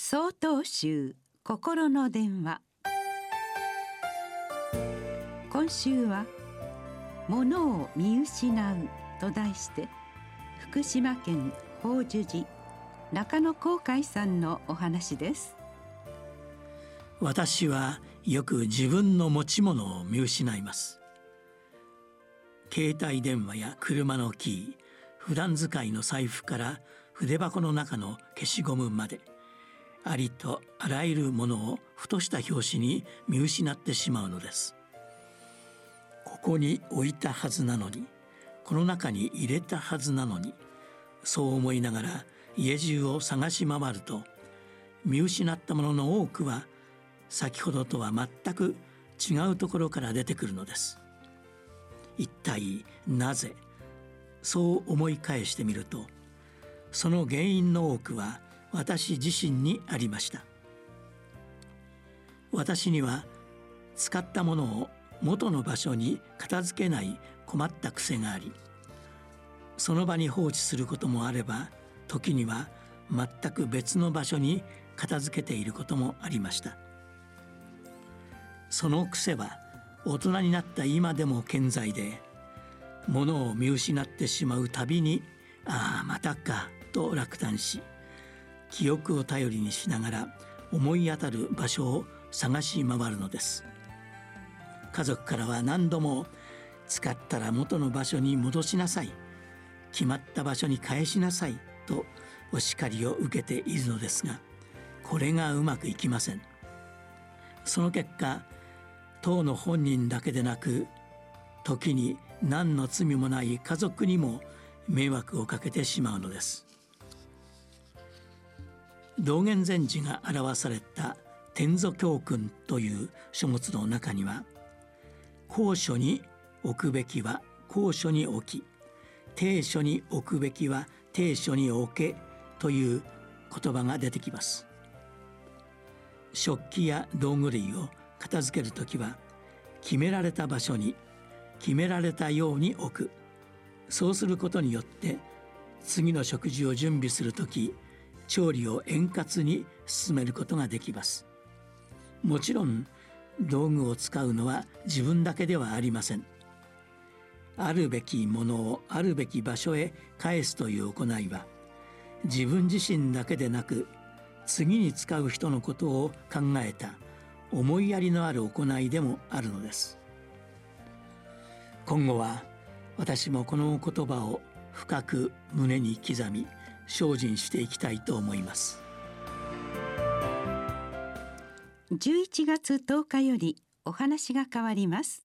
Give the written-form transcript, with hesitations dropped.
曹洞宗心の電話。今週は物を見失うと題して、福島県法寿寺中野光海さんのお話です。 私はよく自分の持ち物を見失います。携帯電話や車のキー、普段使いの財布から筆箱の中の消しゴムまで、ありとあらゆるものをふとした拍子に見失ってしまうのです。ここに置いたはずなのに、この中に入れたはずなのに、そう思いながら家中を探し回ると、見失ったものの多くは先ほどとは全く違うところから出てくるのです。一体なぜ？そう思い返してみると、その原因の多くは私自身にありました。私には使ったものを元の場所に片付けない困った癖があり、その場に放置することもあれば、時には全く別の場所に片付けていることもありました。その癖は大人になった今でも健在で、物を見失ってしまうたびに、ああまたかと落胆し、記憶を頼りにしながら思い当たる場所を探し回るのです。家族からは何度も、使ったら元の場所に戻しなさい、決まった場所に返しなさいとお叱りを受けているのですが、これがうまくいきません。その結果、当の本人だけでなく、時に何の罪もない家族にも迷惑をかけてしまうのです。道元禅師が表された天祖教訓という書物の中には、高所に置くべきは高所に置き、低所に置くべきは低所に置けという言葉が出てきます。食器や道具類を片付けるときは、決められた場所に決められたように置く。そうすることによって、次の食事を準備するとき、調理を円滑に進めることができます。もちろん道具を使うのは自分だけではありません。あるべきものをあるべき場所へ返すという行いは、自分自身だけでなく、次に使う人のことを考えた思いやりのある行いでもあるのです。今後は私もこの言葉を深く胸に刻み、精進していきたいと思います。 11月10日よりお話が変わります。